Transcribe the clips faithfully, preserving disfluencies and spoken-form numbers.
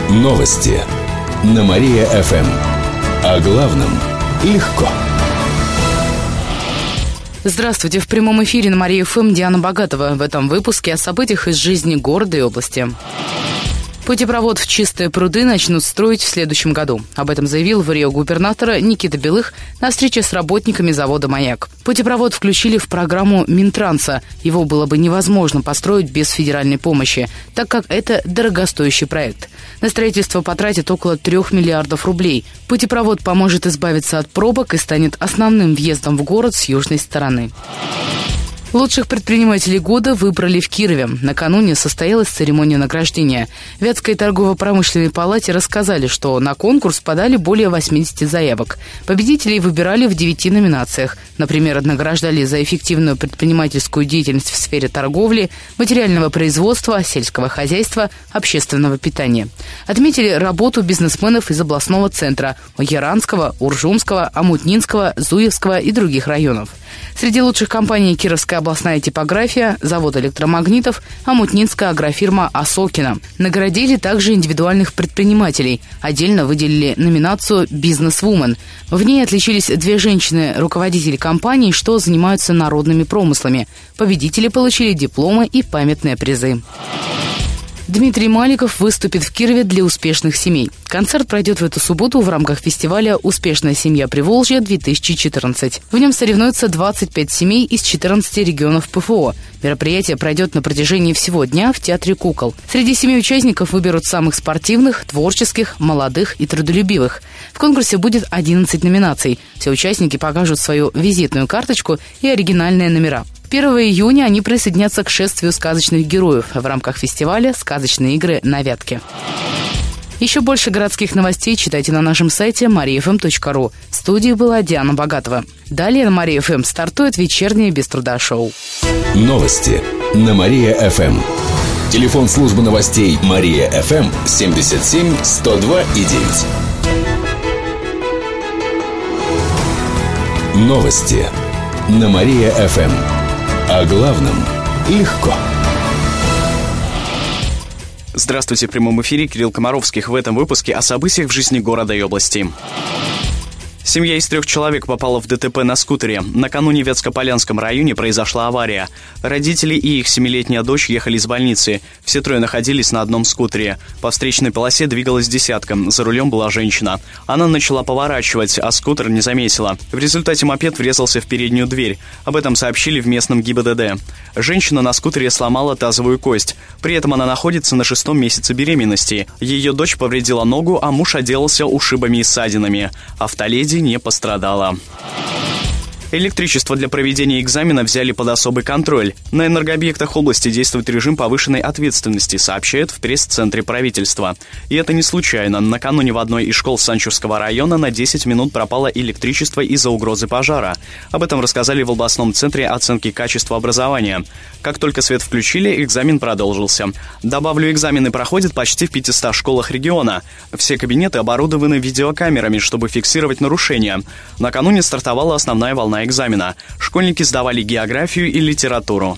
Новости на Мария-ФМ. О главном легко. Здравствуйте. В прямом эфире на Мария-ФМ Диана Богатова. В этом выпуске о событиях из жизни города и области. Путепровод в Чистые пруды начнут строить в следующем году. Об этом заявил в Рио губернатора Никита Белых на встрече с работниками завода «Маяк». Путепровод включили в программу Минтранса. Его было бы невозможно построить без федеральной помощи, так как это дорогостоящий проект. На строительство потратят около трех миллиардов рублей. Путепровод поможет избавиться от пробок и станет основным въездом в город с южной стороны. Лучших предпринимателей года выбрали в Кирове. Накануне состоялась церемония награждения. В Вятской торгово-промышленной палате рассказали, что на конкурс подали более восьмидесяти заявок. Победителей выбирали в девяти номинациях. Например, награждали за эффективную предпринимательскую деятельность в сфере торговли, материального производства, сельского хозяйства, общественного питания. Отметили работу бизнесменов из областного центра – Яранского, Уржумского, Омутнинского, Зуевского и других районов. Среди лучших компаний Кировская областная типография, завод электромагнитов, Омутнинская агрофирма «Осокина». Наградили также индивидуальных предпринимателей. Отдельно выделили номинацию «Бизнес-вумен». В ней отличились две женщины-руководители компаний, что занимаются народными промыслами. Победители получили дипломы и памятные призы. Дмитрий Маликов выступит в Кирове для успешных семей. Концерт пройдет в эту субботу в рамках фестиваля «Успешная семья Приволжья-две тысячи четырнадцать». В нем соревнуются двадцать пять семей из четырнадцати регионов ПФО. Мероприятие пройдет на протяжении всего дня в Театре кукол. Среди семи участников выберут самых спортивных, творческих, молодых и трудолюбивых. В конкурсе будет одиннадцать номинаций. Все участники покажут свою визитную карточку и оригинальные номера. первого июня они присоединятся к шествию сказочных героев в рамках фестиваля «Сказочные игры на Вятке». Еще больше городских новостей читайте на нашем сайте мария эф эм точка ру. В студии была Диана Богатова. Далее на Мария-ФМ стартует вечернее без труда шоу. Новости на Мария-ФМ. Телефон службы новостей Мария-ФМ семьдесят семь сто два и девять. Новости на Мария-ФМ. О главном легко. Здравствуйте, в прямом эфире Кирилл Комаровских. В этом выпуске о событиях в жизни города и области. Семья из трех человек попала в ДТП на скутере. Накануне в Вятскополянском районе произошла авария. Родители и их семилетняя дочь ехали из больницы. Все трое находились на одном скутере. По встречной полосе двигалась десятка. За рулем была женщина. Она начала поворачивать, а скутер не заметила. В результате мопед врезался в переднюю дверь. Об этом сообщили в местном ГИБДД. Женщина на скутере сломала тазовую кость. При этом она находится на шестом месяце беременности. Ее дочь повредила ногу, а муж отделался ушибами и ссадинами. Автоледи не пострадала. Электричество для проведения экзамена взяли под особый контроль. На энергообъектах области действует режим повышенной ответственности, сообщают в пресс-центре правительства. И это не случайно. Накануне в одной из школ Санчурского района на десять минут пропало электричество из-за угрозы пожара. Об этом рассказали в областном центре оценки качества образования. Как только свет включили, экзамен продолжился. Добавлю, экзамены проходят почти в пятистах школах региона. Все кабинеты оборудованы видеокамерами, чтобы фиксировать нарушения. Накануне стартовала основная волна экзамена. Школьники сдавали географию и литературу.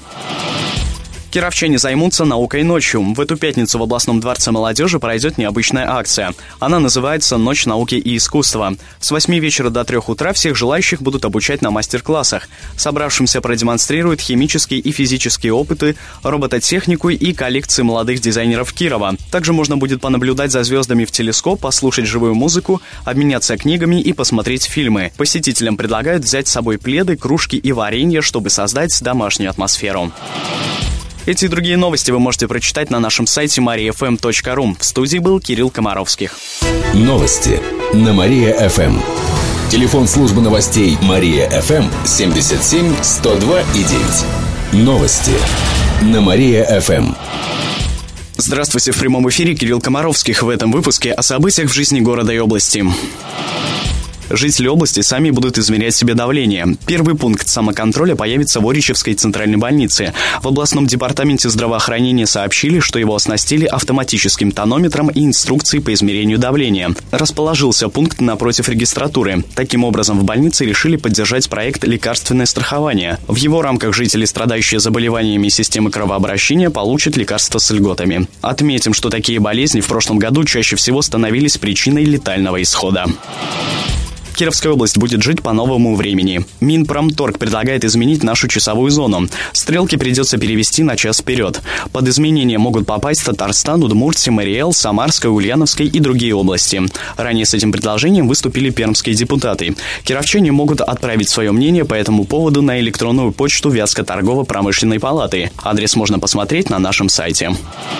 Кировчане займутся наукой ночью. В эту пятницу в областном дворце молодежи пройдет необычная акция. Она называется «Ночь науки и искусства». С восьми вечера до трех утра всех желающих будут обучать на мастер-классах. Собравшимся продемонстрируют химические и физические опыты, робототехнику и коллекции молодых дизайнеров Кирова. Также можно будет понаблюдать за звездами в телескоп, послушать живую музыку, обменяться книгами и посмотреть фильмы. Посетителям предлагают взять с собой пледы, кружки и варенье, чтобы создать домашнюю атмосферу. Эти и другие новости вы можете прочитать на нашем сайте мария эф эм точка ру. В студии был Кирилл Комаровских. Новости на Мария-ФМ. Телефон службы новостей Мария-ФМ семьдесят семь сто два и девять. Новости на Мария-ФМ. Здравствуйте, в прямом эфире Кирилл Комаровских. В этом выпуске о событиях в жизни города и области. Жители области сами будут измерять себе давление. Первый пункт самоконтроля появится в Оричевской центральной больнице. В областном департаменте здравоохранения сообщили, что его оснастили автоматическим тонометром и инструкцией по измерению давления. Расположился пункт напротив регистратуры. Таким образом, в больнице решили поддержать проект «Лекарственное страхование». В его рамках жители, страдающие заболеваниями системы кровообращения, получат лекарства с льготами. Отметим, что такие болезни в прошлом году чаще всего становились причиной летального исхода. Кировская область будет жить по новому времени. Минпромторг предлагает изменить нашу часовую зону. Стрелки придется перевести на час вперед. Под изменения могут попасть Татарстан, Удмуртия, Мариэл, Самарская, Ульяновская и другие области. Ранее с этим предложением выступили пермские депутаты. Кировчане могут отправить свое мнение по этому поводу на электронную почту Вятской торгово-промышленной палаты. Адрес можно посмотреть на нашем сайте.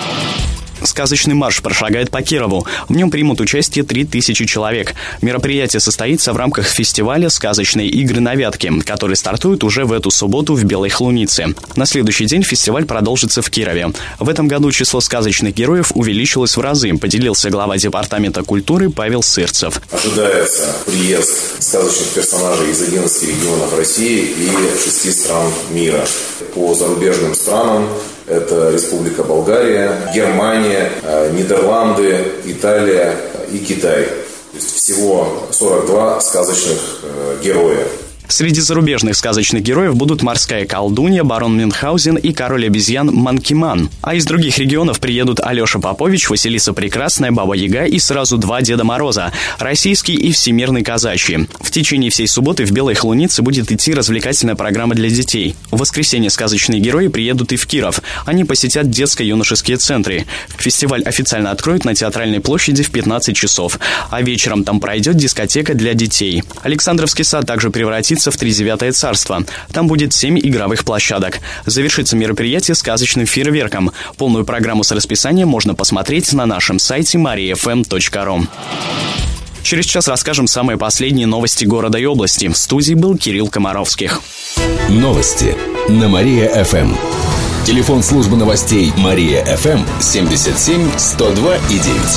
Сказочный марш прошагает по Кирову. В нем примут участие три тысячи человек. Мероприятие состоится в рамках фестиваля «Сказочные игры на Вятке», который стартует уже в эту субботу в Белой Хлунице. На следующий день фестиваль продолжится в Кирове. В этом году число сказочных героев увеличилось в разы, поделился глава департамента культуры Павел Сырцев. Ожидается приезд сказочных персонажей из одиннадцати регионов России и шести стран мира. По зарубежным странам это Республика Болгария, Германия, Нидерланды, Италия и Китай. То есть всего сорок два сказочных героя. Среди зарубежных сказочных героев будут морская колдунья, барон Мюнхгаузен и король обезьян Манкиман. А из других регионов приедут Алеша Попович, Василиса Прекрасная, Баба Яга и сразу два Деда Мороза – российский и всемирный казачий. В течение всей субботы в Белой Хлунице будет идти развлекательная программа для детей. В воскресенье сказочные герои приедут и в Киров. Они посетят детско-юношеские центры. Фестиваль официально откроют на Театральной площади в пятнадцать часов. А вечером там пройдет дискотека для детей. Александровский сад также превратится в тридевятое царство. Там будет семь игровых площадок. Завершится мероприятие сказочным фейерверком. Полную программу с расписанием можно посмотреть на нашем сайте мария эф эм точка ру. Через час расскажем самые последние новости города и области. В студии был Кирилл Комаровских. Новости на Мария-ФМ. Телефон службы новостей Мария-ФМ семьдесят семь сто два и девять.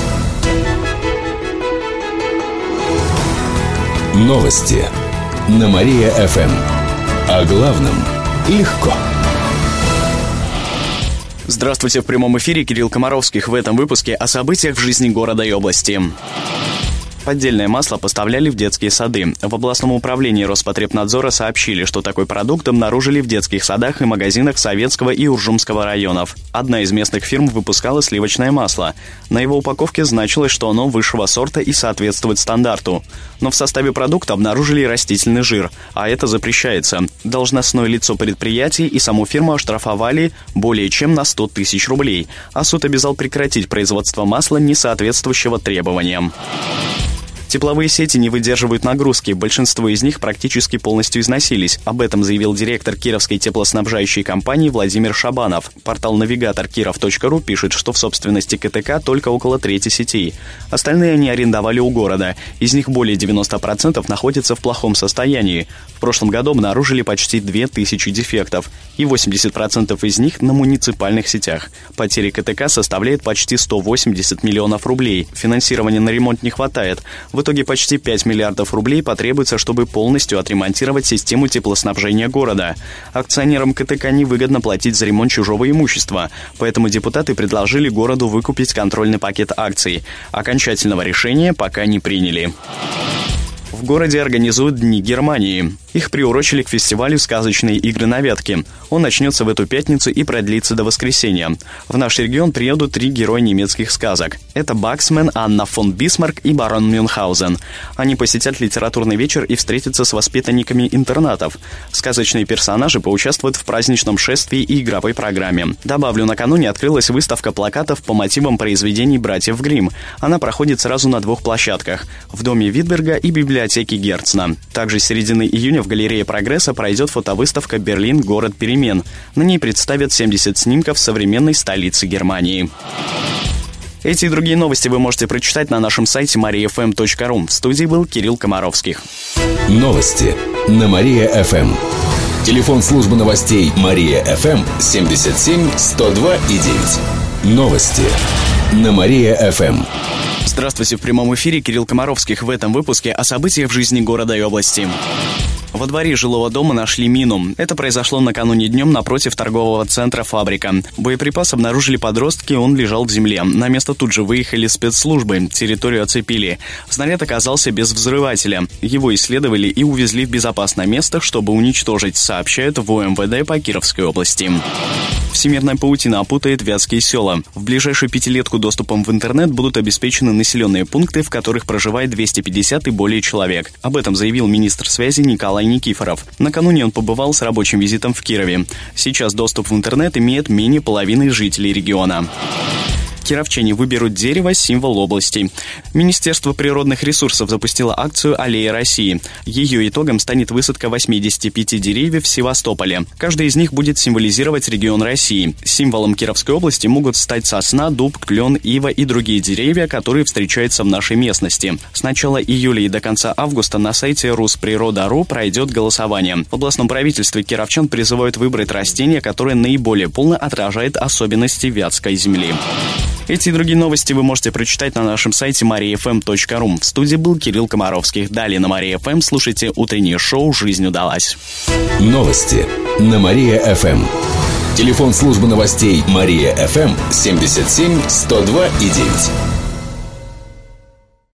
Новости на Мария-ФМ. О главном легко. Здравствуйте, в прямом эфире Кирилл Комаровских. В этом выпуске о событиях в жизни города и области. Поддельное масло поставляли в детские сады. В областном управлении Роспотребнадзора сообщили, что такой продукт обнаружили в детских садах и магазинах Советского и Уржумского районов. Одна из местных фирм выпускала сливочное масло. На его упаковке значилось, что оно высшего сорта и соответствует стандарту. Но в составе продукта обнаружили растительный жир, а это запрещается. Должностное лицо предприятия и саму фирму оштрафовали более чем на сто тысяч рублей, а суд обязал прекратить производство масла, не соответствующего требованиям. Тепловые сети не выдерживают нагрузки, большинство из них практически полностью износились. Об этом заявил директор Кировской теплоснабжающей компании Владимир Шабанов. Портал навигатор киров точка ру пишет, что в собственности ка тэ ка только около трети сетей. Остальные они арендовали у города. Из них более девяносто процентов находятся в плохом состоянии. В прошлом году обнаружили почти две тысячи дефектов, и восемьдесят процентов из них на муниципальных сетях. Потери ка тэ ка составляют почти сто восемьдесят миллионов рублей. Финансирования на ремонт не хватает. В итоге почти пять миллиардов рублей потребуется, чтобы полностью отремонтировать систему теплоснабжения города. Акционерам ка тэ ка невыгодно платить за ремонт чужого имущества, поэтому депутаты предложили городу выкупить контрольный пакет акций. Окончательного решения пока не приняли. В городе организуют Дни Германии. Их приурочили к фестивалю «Сказочные игры на Вятке». Он начнется в эту пятницу и продлится до воскресенья. В наш регион приедут три героя немецких сказок. Это Баксмен, Анна фон Бисмарк и барон Мюнхгаузен. Они посетят литературный вечер и встретятся с воспитанниками интернатов. Сказочные персонажи поучаствуют в праздничном шествии и игровой программе. Добавлю, накануне открылась выставка плакатов по мотивам произведений братьев Гримм. Она проходит сразу на двух площадках – в доме Витберга и библиотеке Герцена. Также с середины июня в галерее «Прогресса» пройдет фотовыставка «Берлин. Город перемен». На ней представят семьдесят снимков современной столицы Германии. Эти и другие новости вы можете прочитать на нашем сайте мария эф эм точка ру. В студии был Кирилл Комаровских. Новости на Мария-ФМ. Телефон службы новостей Мария-ФМ семьдесят семь сто два и девять. Новости на Мария-ФМ. Здравствуйте, в прямом эфире Кирилл Комаровских. В этом выпуске о событиях в жизни города и области. Во дворе жилого дома нашли мину. Это произошло накануне днем напротив торгового центра «Фабрика». Боеприпас обнаружили подростки, он лежал в земле. На место тут же выехали спецслужбы, территорию оцепили. Снаряд оказался без взрывателя. Его исследовали и увезли в безопасное место, чтобы уничтожить, сообщают в УМВД по Кировской области. Всемирная паутина опутает вятские села. В ближайшую пятилетку доступом в интернет будут обеспечены населенные пункты, в которых проживает двести пятьдесят и более человек. Об этом заявил министр связи Николай Никифоров. Накануне он побывал с рабочим визитом в Кирове. Сейчас доступ в интернет имеет менее половины жителей региона. Кировчане выберут дерево символ области. Министерство природных ресурсов запустило акцию «Аллея России». Ее итогом станет высадка восемьдесят пять деревьев в Севастополе. Каждый из них будет символизировать регион России. Символом Кировской области могут стать сосна, дуб, клен, ива и другие деревья, которые встречаются в нашей местности. С начала июля и до конца августа на сайте русприрода точка ру пройдет голосование. В областном правительстве кировчан призывают выбрать растение, которое наиболее полно отражает особенности вятской земли. Эти и другие новости вы можете прочитать на нашем сайте мария эф эм точка ру. В студии был Кирилл Комаровский. Далее на Мария эф эм слушайте утреннее шоу «Жизнь удалась». Новости на Мария эф эм. Телефон службы новостей Мария эф эм семьдесят семь сто два и девять.